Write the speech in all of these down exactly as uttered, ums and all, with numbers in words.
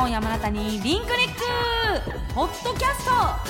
今夜もあなたにリンクリックポッドキャスト。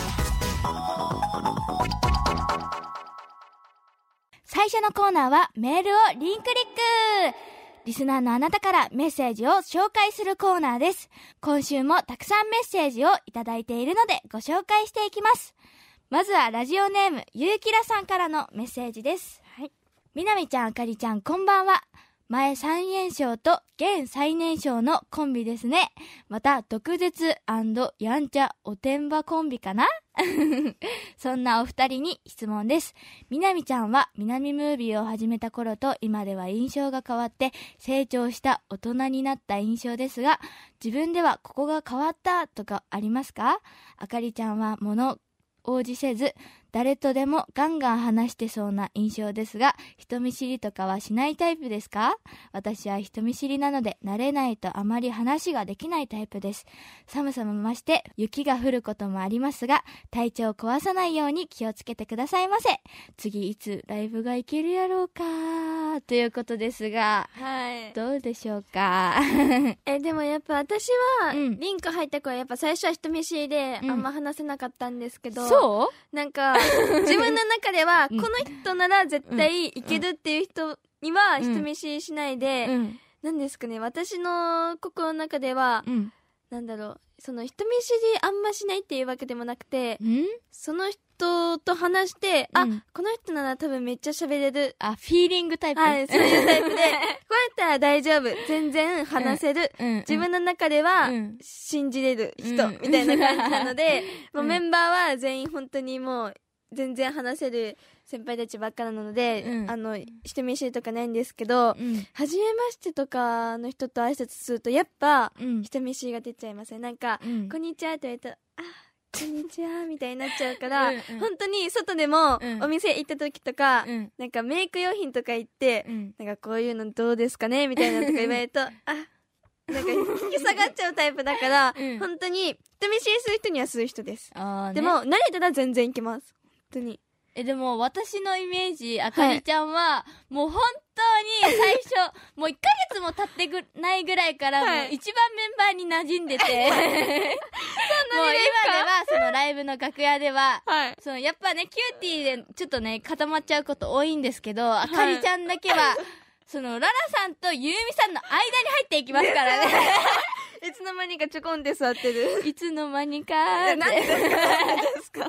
最初のコーナーはメールをリンクリック。リスナーのあなたからメッセージを紹介するコーナーです。今週もたくさんメッセージをいただいているのでご紹介していきます。まずはラジオネームゆうきらさんからのメッセージです。はい。みなみちゃん、あかりちゃん、こんばんは。前最年少と現最年少のコンビですね。また毒舌&やんちゃおてんばコンビかなそんなお二人に質問です。みなみちゃんは南ムービーを始めた頃と今では印象が変わって成長した大人になった印象ですが、自分ではここが変わったとかありますか？あかりちゃんは物応じせず誰とでもガンガン話してそうな印象ですが、人見知りとかはしないタイプですか？私は人見知りなので慣れないとあまり話ができないタイプです。寒さも増して雪が降ることもありますが、体調を壊さないように気をつけてくださいませ。次いつライブが行けるやろうかということですが、はい、どうでしょうかえでもやっぱ私は、うん、リンク入った頃はやっぱ最初は人見知りであんま話せなかったんですけど、うん、 そうなんか自分の中ではこの人なら絶対いけるっていう人には人見知りしないで、うん、なんですかね、私の心の中では、うん、なんだろう、その人見知りあんましないっていうわけでもなくて、その人と話して、うん、あ、この人なら多分めっちゃ喋れる、 あ、フィーリングタイプ、 はい、そういうタイプでこうやったら大丈夫、全然話せる、うん、自分の中では信じれる人、うん、みたいな感じなので、うん、もうメンバーは全員本当にもう全然話せる先輩たちばっかなので、うん、あの人見知りとかないんですけど、うん、初めましてとかの人と挨拶するとやっぱ、うん、人見知りが出ちゃいますね。なんか、うん、こんにちはって言われたら、あ、こんにちはみたいになっちゃうからうん、うん、本当に外でも、うん、お店行った時とか、うん、なんかメイク用品とか行って、うん、なんかこういうのどうですかねみたいなとか言われるとあ、なんか引き下がっちゃうタイプだから、うん、本当に人見知りする人にはする人です。あ、ね、でも慣れたら全然いけます。本当に。 え、でも私のイメージ、あかりちゃんは、はい、もう本当に最初もういっかげつも経ってぐないぐらいから、はい、もう一番メンバーに馴染んでてもう今ではそのライブの楽屋では、はい、そのやっぱねキューティーでちょっとね固まっちゃうこと多いんですけど、あかりちゃんだけはそのララさんとゆうみさんの間に入っていきますからねいつの間にかちょこんで座ってるいつの間にかーって何ですか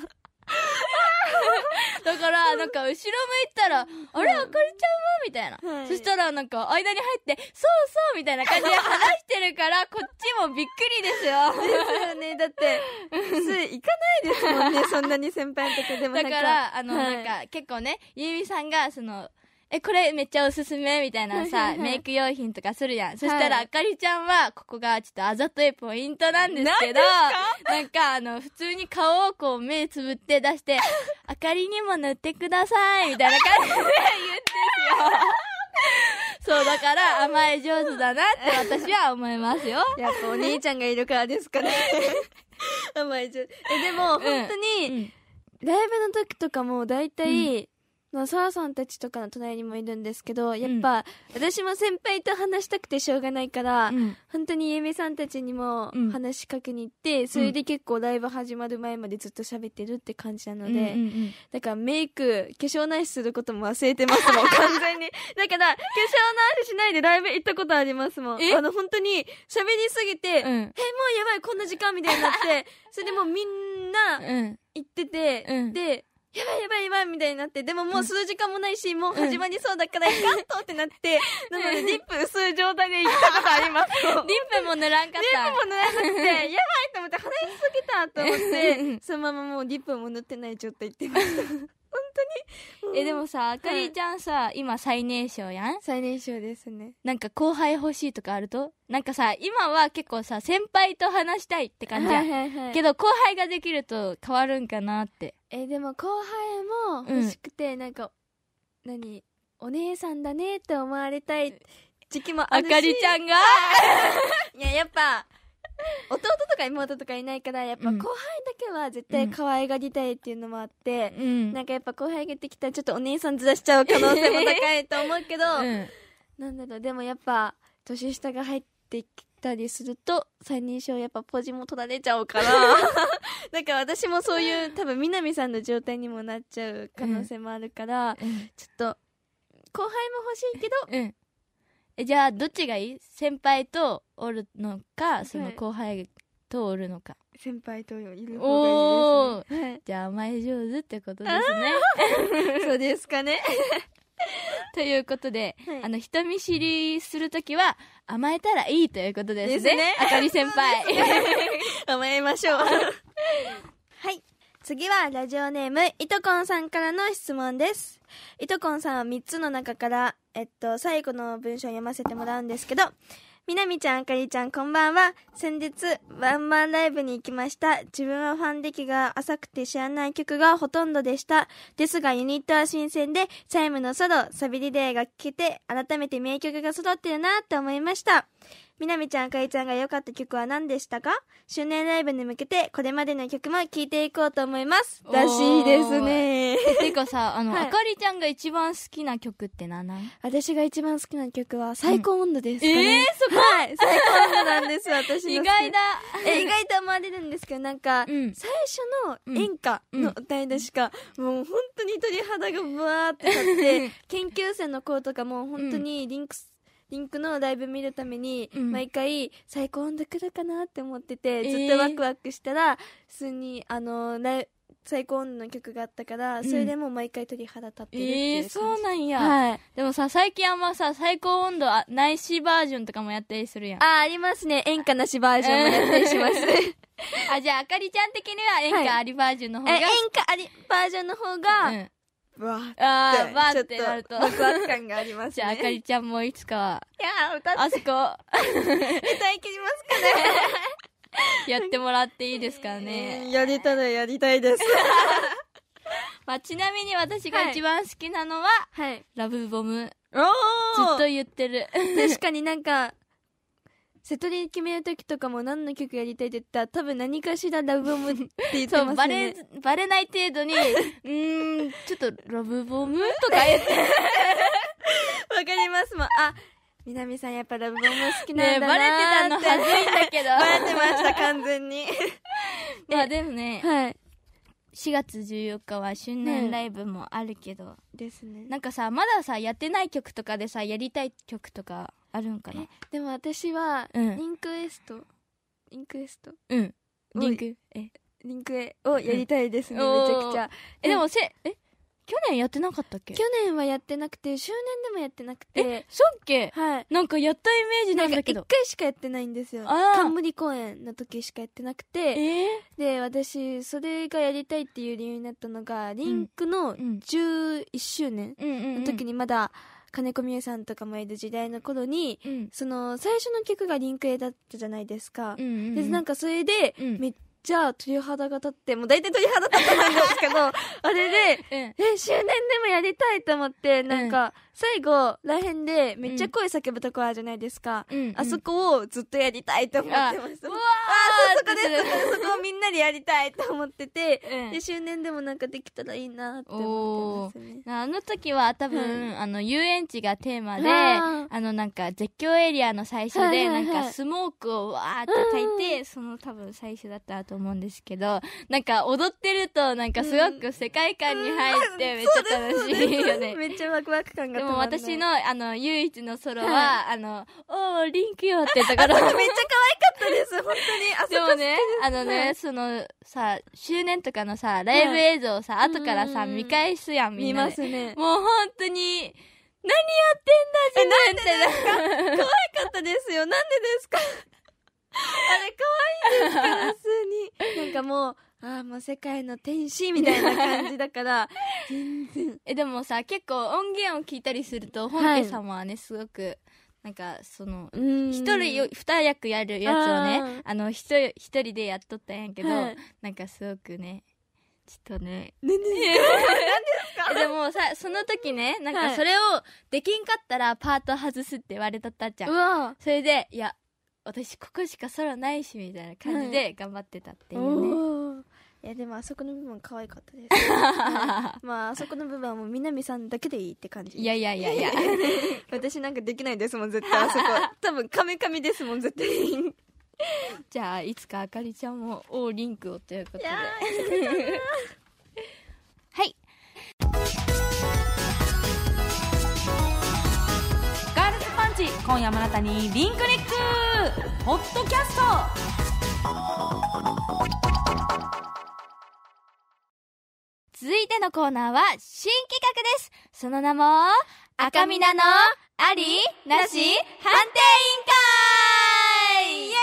だからなんか後ろ向いたら、うん、あれあかりちゃんはみたいな、はい、そしたらなんか間に入ってそうそうみたいな感じで話してるからこっちもびっくりですよですよね。だって普通行かないですもんねそんなに先輩とかでも。 だからあの、はい、なんか結構ねゆうみさんがそのえこれめっちゃおすすめみたいなさ、はいはいはい、メイク用品とかするやん、はい、そしたらあかりちゃんはここがちょっとあざといポイントなんですけど、なんかあの普通に顔をこう目つぶって出してあかりにも塗ってくださいみたいな感じで言うんですよそうだから甘え上手だなって私は思いますよ。 やっぱお兄ちゃんがいるからですかね甘え上手。えでも本当に、うんうん、ライブの時とかもだいたい、うんまあ、サーさんたちとかの隣にもいるんですけど、やっぱ、うん、私も先輩と話したくてしょうがないから、うん、本当にゆめさんたちにも話しかけに行って、うん、それで結構ライブ始まる前までずっと喋ってるって感じなので、うんうんうん、だからメイク化粧直しすることも忘れてますもん完全に。だから化粧直ししないでライブ行ったことありますもん。あの本当に喋りすぎて、うん、えもうやばいこんな時間みたいになってそれでもうみんな行ってて、うん、でやばいやばいやばいみたいになって、でももう数時間もないし、うん、もう始まりそうだからいかんとってなって、うん、なのでリップ薄い状態で行ったことありますリップも塗らんかった。 リップも塗らなくてやばいと思って話しすぎたと思ってそのままもうリップも塗ってない状態行ってました本当に。えでもさあかりちゃんさ、はい、今最年少やん。 最年少ですね。 なんか後輩欲しいとかあると、なんかさ今は結構さ先輩と話したいって感じや、はいはいはい、けど後輩ができると変わるんかなって。 えでも後輩も欲しくて、うん、なんか何お姉さんだねって思われたい時期もあるし、 あかりちゃんがいややっぱ弟とか妹とかいないからやっぱ後輩だけは絶対可愛がりたいっていうのもあって、うん、なんかやっぱ後輩ができたらちょっとお姉さんずらしちゃう可能性も高いと思うけど、うん、なんだろうでもやっぱ年下が入ってきたりすると最年少やっぱポジも取られちゃうからだから私もそういう多分南さんの状態にもなっちゃう可能性もあるから、うん、ちょっと後輩も欲しいけど、うん、 えじゃあどっちがいい？先輩とおるのかその後輩とおるのか。 先輩といる方がいいですね、はい、 じゃあ甘え上手ってことですねそうですかねということで、はい、あの人見知りするときは甘えたらいいということですね。ですね。あかり先輩甘えましょうはい、次はラジオネームいとこんさんからの質問です。いとこんさんはみっつの中からえっと最後の文章を読ませてもらうんですけど、みなみちゃん、あかりちゃん、こんばんは。先日、ワンマンライブに行きました。自分はファン歴が浅くて知らない曲がほとんどでした。ですが、ユニットは新鮮で、チャイムのソロ、サビリレーが聴けて、改めて名曲が揃ってるなって思いました。みなみちゃん、あかりちゃんが良かった曲は何でしたか？周年ライブに向けて、これまでの曲も聴いていこうと思います。らしいですね。 てかさ、あの、はい、あかりちゃんが一番好きな曲って何なん？ 私が一番好きな曲は、最高温度ですかね。 うん、えー、そこはい、最高温度なんです、私の。 意外だ。 え、意外と思われるんですけど、なんか、うん、最初の演歌の歌い出しか、うん、もう本当に鳥肌がブワーって立って、研究生の子とかも本当にリンクス、リンクのライブ見るために、うん、毎回最高温度来るかなって思ってて、ずっとワクワクしたら、えー、普通にあのライ最高温度の曲があったから、うん、それでも毎回鳥肌立ってるっていう感じ。 えー、そうなんや、 はい、 でもさ最近あんまさ最高温度ないしバージョンとかもやったりするやん。 あありますね。演歌なしバージョンもやったりしますあじゃああかりちゃん的には演歌ありバージョンの方が、はい、 演歌ありバージョンの方が、うんわーってあーわーってなるとワクワク感がありますね。 じゃああかりちゃんもいつかはいやー歌ってあそこ歌い切りますかねやってもらっていいですかね。 やれたらやりたいですまあ、ちなみに私が一番好きなのは、はい、ラブボム。ずっと言ってる確かになんかセトリ決めるときとかも何の曲やりたいって言ったら多分何かしらラブボムって言ってますよね。そうバレバレない程度にうーんちょっとラブボムとか言ってわかりますもん。あみなみさんやっぱラブボム好きなんだなーって、ね、 バレてたのはずいんだけどバレてました完全にまあでもね、はい、しがつじゅうよっかは周年ライブもあるけど、うん、 ですね。 なんかさまださやってない曲とかでさやりたい曲とかあるんかな。 でも私は、うん、リンクエストリンクエストうんリンクえリンクエをやりたいですね、うん、めちゃくちゃ。 えでもせえ去年やってなかったっけ？ 去年はやってなくて周年でもやってなくて。 えそっけ？ はいなんかやったイメージなんだけどなんかいっかいしかやってないんですよ。冠公演の時しかやってなくて、えー、で私それがやりたいっていう理由になったのがリンクのじゅういっしゅうねんの時にまだ金子美優さんとかもいる時代の頃に、うん、その最初の曲がリンク A だったじゃないですか、うんうんうん、でなんかそれで、うん、めっちゃ鳥肌が立って、もう大体鳥肌立ってたんですけどあれで、うん、え周年でもやりたいと思ってなんか、うん、最後らへんでめっちゃ声叫ぶとこあるじゃないですか、うん、あそこをずっとやりたいと思ってました。あ、うわー、そこでそこをみんなでやりたいと思ってて、うん、で周年でもなんかできたらいいなって思ってますね。 あの時は多分、うん、あの遊園地がテーマで、あのなんか絶叫エリアの最初で、はいはいはい、なんかスモークをわーって焚いて、うん、その多分最初だったと思うんですけど、なんか踊ってるとなんかすごく世界観に入ってめっちゃ楽しいよね、 うん、めっちゃワクワク感がでも私のあの唯一のソロは、はい、あのおーリンクよってところめっちゃ可愛かったです本当に。あそこでもねあのね、はい、そのさ周年とかのさライブ映像をさ、はい、後からさ見返すやんみんなで。 見ますね。 もう本当に何やってんだ自分って。 なんでですか可愛かったですよ。なんでですかあれ可愛いですから普通になんかもうああもう世界の天使みたいな感じだから全然えでもさ結構音源を聞いたりすると本家様はね、はい、すごくなんかその一人二役やるやつをねあの一人一人でやっとったんやけど、はい、なんかすごくねちょっとね何ですかでもさその時ねなんかそれをできんかったらパート外すって言われとったじゃん、うわそれでいや私ここしかソロないしみたいな感じで頑張ってたっていうね、 はい、 いやでもあそこの部分可愛かったです、はい、まああそこの部分はもう南さんだけでいいって感じ。 いやいやいやいや私なんかできないですもん絶対あそこ多分カメカメですもん絶対じゃあいつかあかりちゃんもオーリンクをということではいガールズパンチ、今夜もあなたにリンクリックポッドキャスト。 続いてのコーナーは新企画です。その名も赤みなのありなし判定委員会イ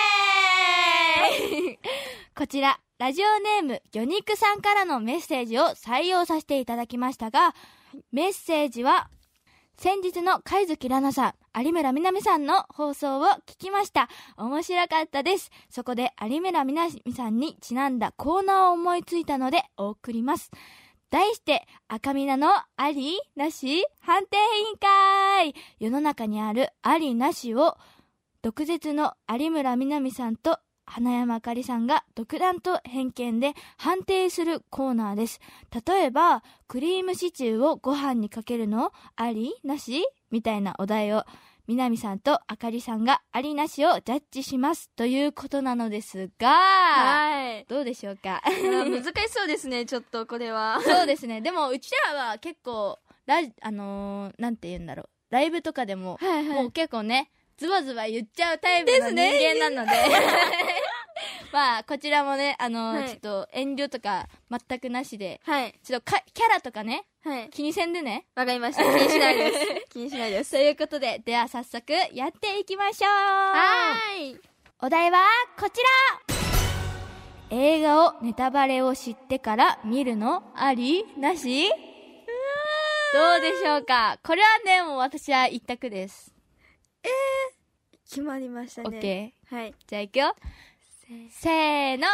エーイこちらラジオネーム魚肉さんからのメッセージを採用させていただきましたが、メッセージは先日の貝月ラナさん、有村みなみさんの放送を聞きました。面白かったです。そこで有村みなみさんにちなんだコーナーを思いついたのでお送ります。題して赤みなのありなし判定委員会。世の中にあるありなしを毒舌の有村みなみさんと花山あかりさんが独断と偏見で判定するコーナーです。例えばクリームシチューをご飯にかけるのありなしみたいなお題を南さんとあかりさんがありなしをジャッジしますということなのですが、はい、どうでしょうか難しそうですねちょっとこれはそうですね。でもうちらは結構ラあのー、なんて言うんだろう、ライブとかでも、はいはい、もう結構ねズバズバ言っちゃうタイプの人間なので、ね、まあこちらもねあのーはい、ちょっと遠慮とか全くなしで、はい、ちょっとかキャラとかね、はい、気にせんでね。 わかりました。気にしないです気にしないですということで、では早速やっていきましょう。 はーい。 お題はこちら。映画をネタバレを知ってから見るのありなし。うどうでしょうか。これはねもう私は一択です。 えー、決まりましたね。 オッケー。はい。 じゃあいくよ。せーの、なしーまた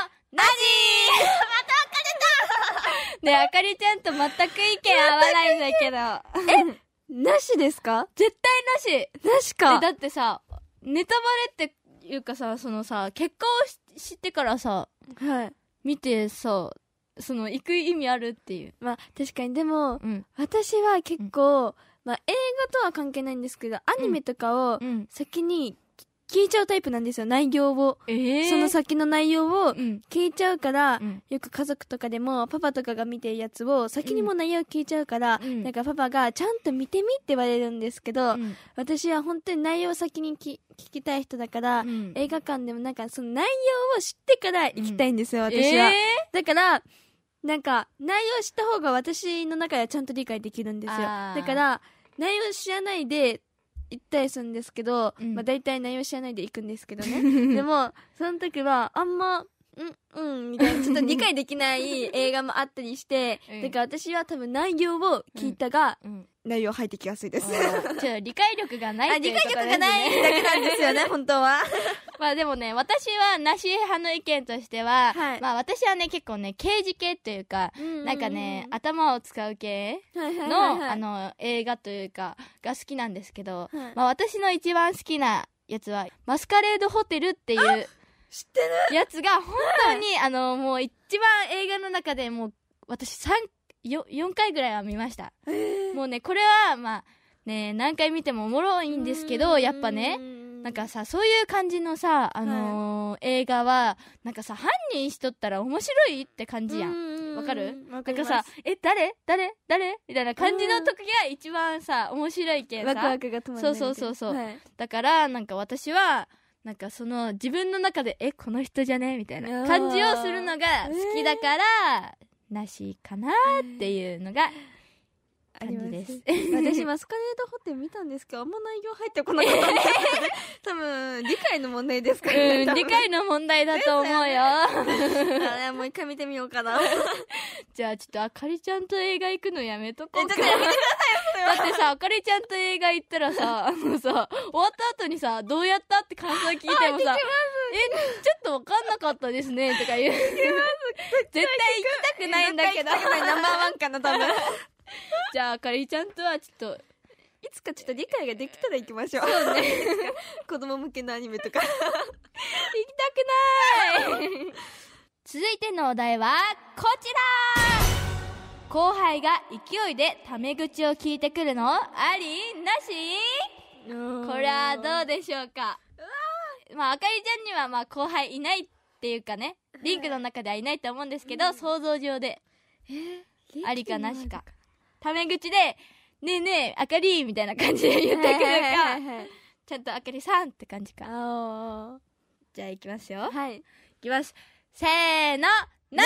分かれたねえ、あかりちゃんと全く意見合わないんだけど。 えなしですか？ 絶対なし。 なしか。 だってさ、ネタバレっていうかさ、そのさ、結果を知ってからさ、はい。見てさ、その、行く意味あるっていう。 まあ、確かに、でも、うん、私は結構、うん、まあ、映画とは関係ないんですけど、アニメとかを先に聞いちゃうタイプなんですよ、内容を。えー、その先の内容を聞いちゃうから、うん、よく家族とかでもパパとかが見てるやつを先にも内容聞いちゃうから、うん、なんかパパがちゃんと見てみって言われるんですけど、うん、私は本当に内容を先にき聞きたい人だから、うん、映画館でもなんかその内容を知ってから行きたいんですよ、うん、私は。えー、だから、なんか内容知った方が私の中ではちゃんと理解できるんですよ。だから内容知らないで行ったりするんですけど、うん、まあ大体内容知らないで行くんですけどねでもその時はあんまうんうんみたいなちょっと理解できない映画もあったりして、うん、だから私は多分内容を聞いたが、うんうん、内容入ってきやすいです。 ちょ理解力がないっていうことですね。 理解力がないだけなんですよね本当は。 まあでもね、私はなし派の意見としては、はい、まあ私はね結構ね刑事系というか、うんうんうん、なんかね頭を使う系の、はいはいはいはい、あの映画というかが好きなんですけど、はい、まあ私の一番好きなやつはマスカレードホテルっていう知ってるやつが本当に、はい、あのもう一番映画の中でもう私さん よ, よんかいぐらいは見ました。もうねこれはまあね何回見てもおもろいんですけど、やっぱねなんかさそういう感じのさ、あのーはい、映画はなんかさ犯人しとったら面白いって感じやん。わかる？なんかさえ誰誰誰みたいな感じの時が一番さ面白いけんさ、 ワクワクが止まらない。 そうそうそうそう、はい、だからなんか私はなんかその自分の中でえこの人じゃねみたいな感じをするのが好きだから、えー、なしかなっていうのが感じです。 私マスカレードホテル見たんですけどあんま内容入ってこなかったんですよね多分理解の問題ですからね、 うん、理解の問題だと思うよ、ね、 あもう一回見てみようかなじゃあちょっとあかりちゃんと映画行くのやめとこうか。 ちょっとやめてくださいよだってさあかりちゃんと映画行ったらさあのさ終わった後にさどうやったって感想聞いてもさえちょっと分かんなかったですねとか言う絶対行きたくないんだけどナンバーワンかな多分じゃああかりちゃんとはちょっといつかちょっと理解ができたら行きましょう。 そうね子供向けのアニメとか行きたくない続いてのお題はこちら。後輩が勢いでタメ口を聞いてくるのありなし。これはどうでしょうか。まああかりちゃんにはまあ後輩いないっていうかね、リンクの中ではいないと思うんですけど、うん、想像上でありかなしか。タメ口でねえねえあかりみたいな感じで言ってくるか、はいはいはいはい、ちゃんとあかりさんって感じか。あ、じゃあいきますよ。はい、いきます。せーの、なし。おー、これ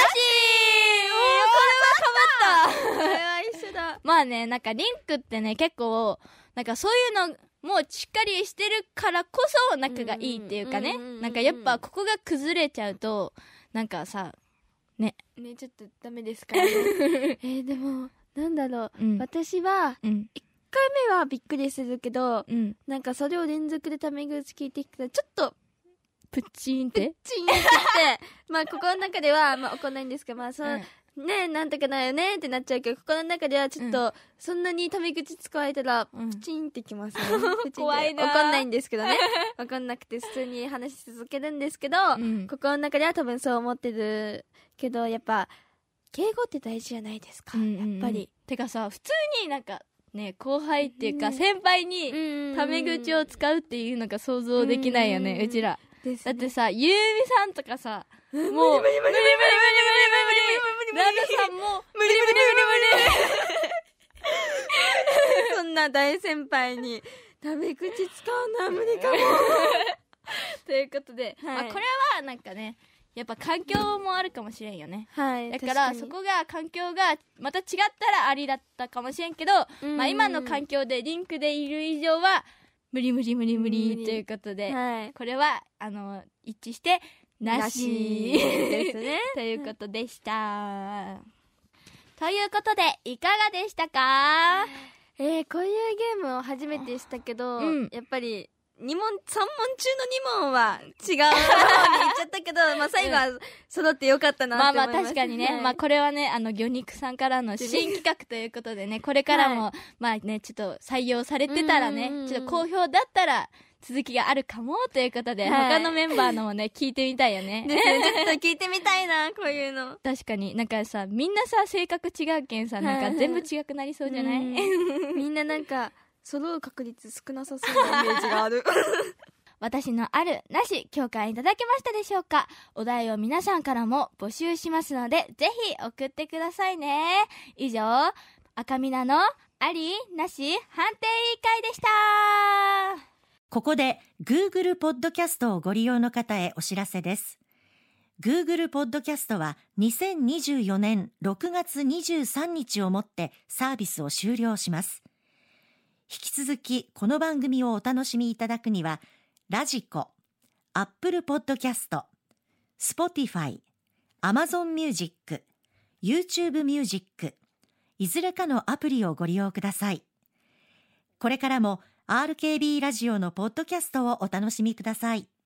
はかぶった。これは一緒だ。まあね、なんかリンクってね、結構なんかそういうのもうしっかりしてるからこそ仲がいいっていうかね、なんかやっぱここが崩れちゃうとなんかさねね、ちょっとダメですかね。えー、でもなんだろう、うん、私は、うん、いっかいめはびっくりするけど、うん、なんかそれを連続でタメ口聞いてきたらちょっとプッチーンってプッチーンって言ってまあ心の中ではまあ怒んないんですけど、まあそう、うん、ねえなんとかなよねってなっちゃうけど、心の中ではちょっと、うん、そんなにタメ口使われたら、うん、プチンってきますね。怖いな。怒んないんですけどね。怒んなくて普通に話し続けるんですけど、うん、心の中では多分そう思ってるけど、やっぱ敬語って大事じゃないですか、うんうんうん、やっぱり。てかさ、普通になんかね、後輩っていうか先輩にタメ口を使うっていうのが想像できないよね、うんうん、うちら。ね、だってさ、ゆうみさんとかさ、もう無理無理無理無理無理無理無理無理無理無理無理無理無理ラルさんも無理無理無理無理そんな大先輩にタメ口使うのは無理かも。ということで、はい、まあ、これはなんかね、やっぱ環境もあるかもしれんよね。はい。だからそこが環境がまた違ったらありだったかもしれんけど、まあ今の環境でリンクでいる以上は無理無理無理無理ということで、はい、これはあの一致してなしですね。ということでした。ということでいかがでしたか？えー、こういうゲームを初めてしたけど、うん、やっぱりに問さん問中のに問は違う方に行っちゃったけどまあ最後は揃ってよかったなって思いました。まあまあ確かにね、はい、まあこれはね、あの魚肉さんからの新企画ということでね、これからも、はい、まあねちょっと採用されてたらね、ちょっと好評だったら続きがあるかもということで、はい、他のメンバーのもね聞いてみたいよね。ですね、ちょっと聞いてみたいなこういうの。確かになんかさ、みんなさ性格違うけんさ、なんか全部違くなりそうじゃない？みんななんか揃う確率少なさそうなイメージがある。私のあるなし共感いただけましたでしょうか？お題を皆さんからも募集しますのでぜひ送ってくださいね。以上、赤みなのありなし判定委員会でした。 ここで Google ポッドキャストをご利用の方へお知らせです。Google ポッドキャストはにせんにじゅうよねんろくがつにじゅうさんにちをもってサービスを終了します。引き続きこの番組をお楽しみいただくには、ラジコ、Apple Podcast、Spotify、Amazon Music、YouTube Music、いずれかのアプリをご利用ください。これからも アールケービー ラジオのポッドキャストをお楽しみください。